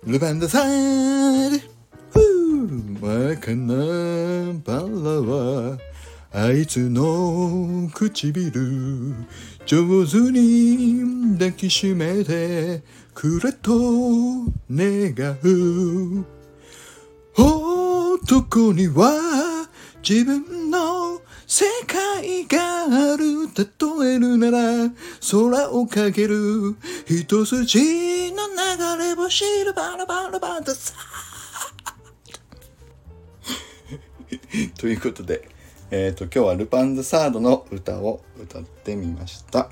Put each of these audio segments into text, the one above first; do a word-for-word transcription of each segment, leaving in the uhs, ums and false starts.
ルパンださーわかなバラはあいつの唇上手に抱きしめてくれと願う。男には自分の世界がある。例えるなら空をかける一筋の流れ星ルバラバラバラさということで、えーと今日はルパンザサードの歌を歌ってみました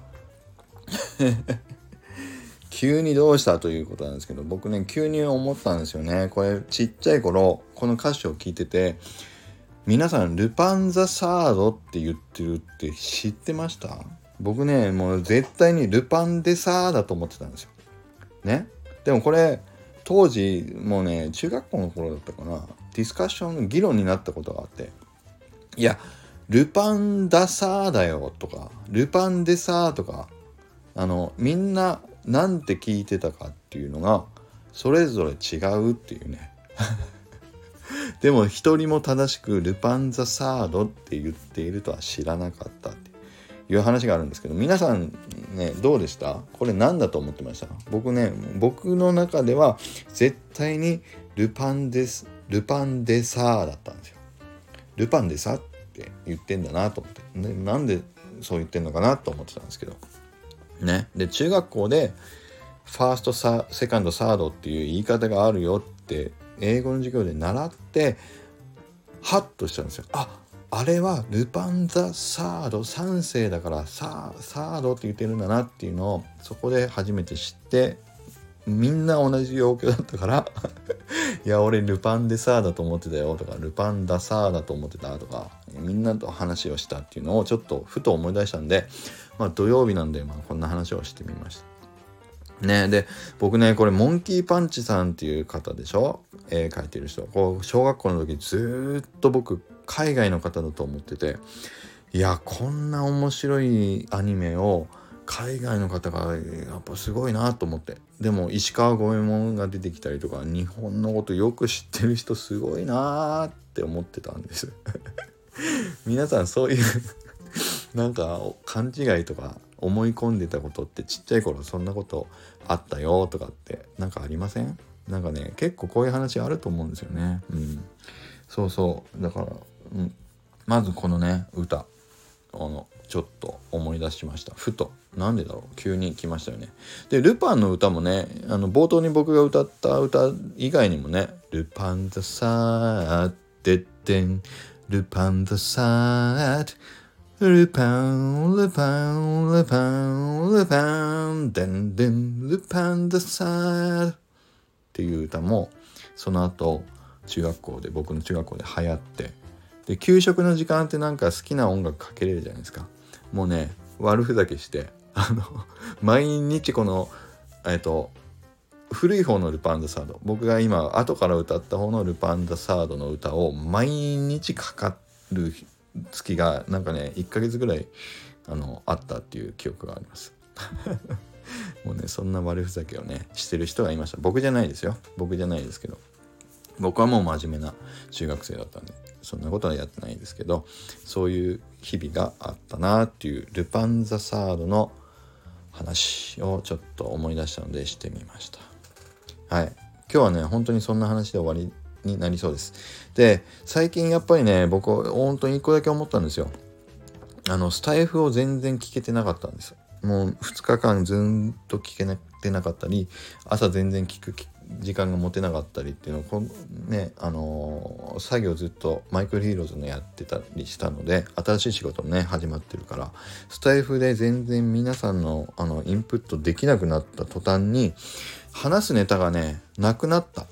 急にどうしたということなんですけど、僕ね急に思ったんですよね。これちっちゃい頃この歌詞を聞いてて、皆さんルパンザサードって言ってるって知ってました？僕ねもう絶対にルパンデサーだと思ってたんですよね。でもこれ当時もうね中学校の頃だったかな、ディスカッション議論になったことがあって、いやルパンダサーだよとかルパンデサーとか、あのみんななんて聞いてたかっていうのがそれぞれ違うっていうねでも一人も正しくルパンザサードって言っているとは知らなかったっていう話があるんですけど、皆さんねどうでした？これ何だと思ってました？僕ね僕の中では絶対にルパンデスルパンデサーだったんですよ。ルパンデサって言ってんだなと思って、ね、なんでそう言ってんのかなと思ってたんですけどね。で中学校でファーストサセカンドサードっていう言い方があるよって英語の授業で習ってハッとしたんですよ。あ、あれはルパンザサードさん世だからサー、サードって言ってるんだなっていうのをそこで初めて知って、みんな同じ状況だったからいや俺ルパンデサーだと思ってたよとかルパンダサーだと思ってたとか、みんなと話をしたっていうのをちょっとふと思い出したんで、まあ土曜日なんでまあこんな話をしてみましたね。で僕ねこれモンキーパンチさんっていう方でしょ、絵描いてる人。こう小学校の時ずっと僕海外の方だと思ってて、いやこんな面白いアニメを海外の方がやっぱすごいなと思って。でも石川五右衛門が出てきたりとか日本のことよく知ってる人すごいなって思ってたんです皆さんそういうなんか勘違いとか思い込んでたことってちっちゃい頃そんなことあったよとかってなんかありません？なんかね結構こういう話あると思うんですよね。うん、そうそうだから、うん、まずこのね歌あのちょっと思い出しました。ふとなんでだろう急に来ましたよね。でルパンの歌もね、あの冒頭に僕が歌った歌以外にもね、ルパンザサーデッデンルパンザサールパンルパンルパンルパンデンデンルパンザサーっていう歌もその後中学校で僕の中学校で流行って、で給食の時間ってなんか好きな音楽かけれるじゃないですか。もうね悪ふざけしてあの毎日このえっと古い方のルパンザサード、僕が今後から歌った方のルパンザサードの歌を毎日かかる月がなんかねいっかげつぐらいあのあったっていう記憶がありますもうねそんな悪ふざけをねしてる人がいました。僕じゃないですよ僕じゃないですけど、僕はもう真面目な中学生だったんでそんなことはやってないですけど、そういう日々があったなっていうルパンザサードの話をちょっと思い出したのでしてみました。はい、今日はね本当にそんな話で終わりになりそうです。で最近やっぱりね僕本当に一個だけ思ったんですよ。あのスタイフを全然聞けてなかったんです。もうふつかかんずっと聞けてなかったり、朝全然聞く時間が持てなかったりっていうのをこねあのー、作業ずっとマイクロヒーローズのやってたりしたので、新しい仕事もね始まってるからスタイフで全然皆さんのあのインプットできなくなった途端に話すネタがねなくなった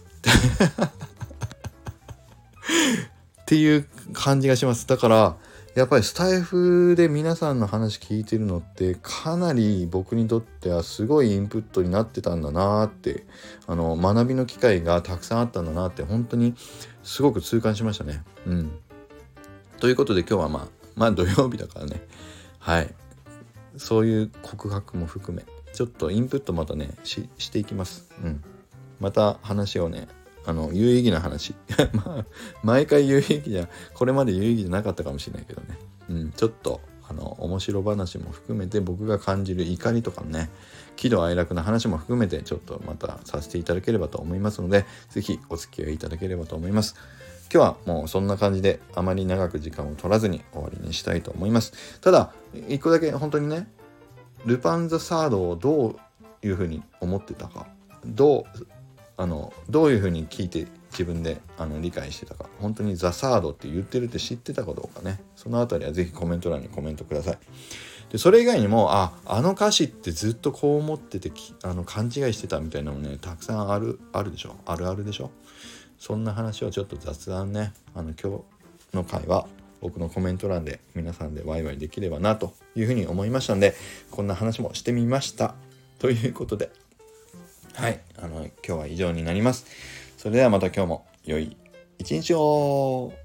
っていう感じがします。だからやっぱりスタイフで皆さんの話聞いてるのってかなり僕にとってはすごいインプットになってたんだなって、あの学びの機会がたくさんあったんだなって本当にすごく痛感しましたね。うん。ということで今日はまあまあ土曜日だからね、はいそういう告白も含めちょっとインプットまたね し, していきます。うん。 また話をね、あの有意義な話まあ毎回有意義じゃこれまで有意義じゃなかったかもしれないけどね、うん、ちょっとあの面白話も含めて僕が感じる怒りとかね、喜怒哀楽な話も含めてちょっとまたさせていただければと思いますので、ぜひお付き合いいただければと思います。今日はもうそんな感じであまり長く時間を取らずに終わりにしたいと思います。ただ一個だけ本当にね、ルパンザサードをどういうふうに思ってたか、どうあのどういうふうに聞いて自分であの理解してたか、本当にザサードって言ってるって知ってたかどうかね、そのあたりはぜひコメント欄にコメントください。でそれ以外にも、ああの歌詞ってずっとこう思っててあの勘違いしてたみたいなのもね、たくさんあるあるでしょ、あるあるでしょ。そんな話をちょっと雑談ね、あの今日の回は僕のコメント欄で皆さんでワイワイできればなというふうに思いましたので、こんな話もしてみましたということで、はい、あの今日は以上になります。それではまた今日も良い一日を。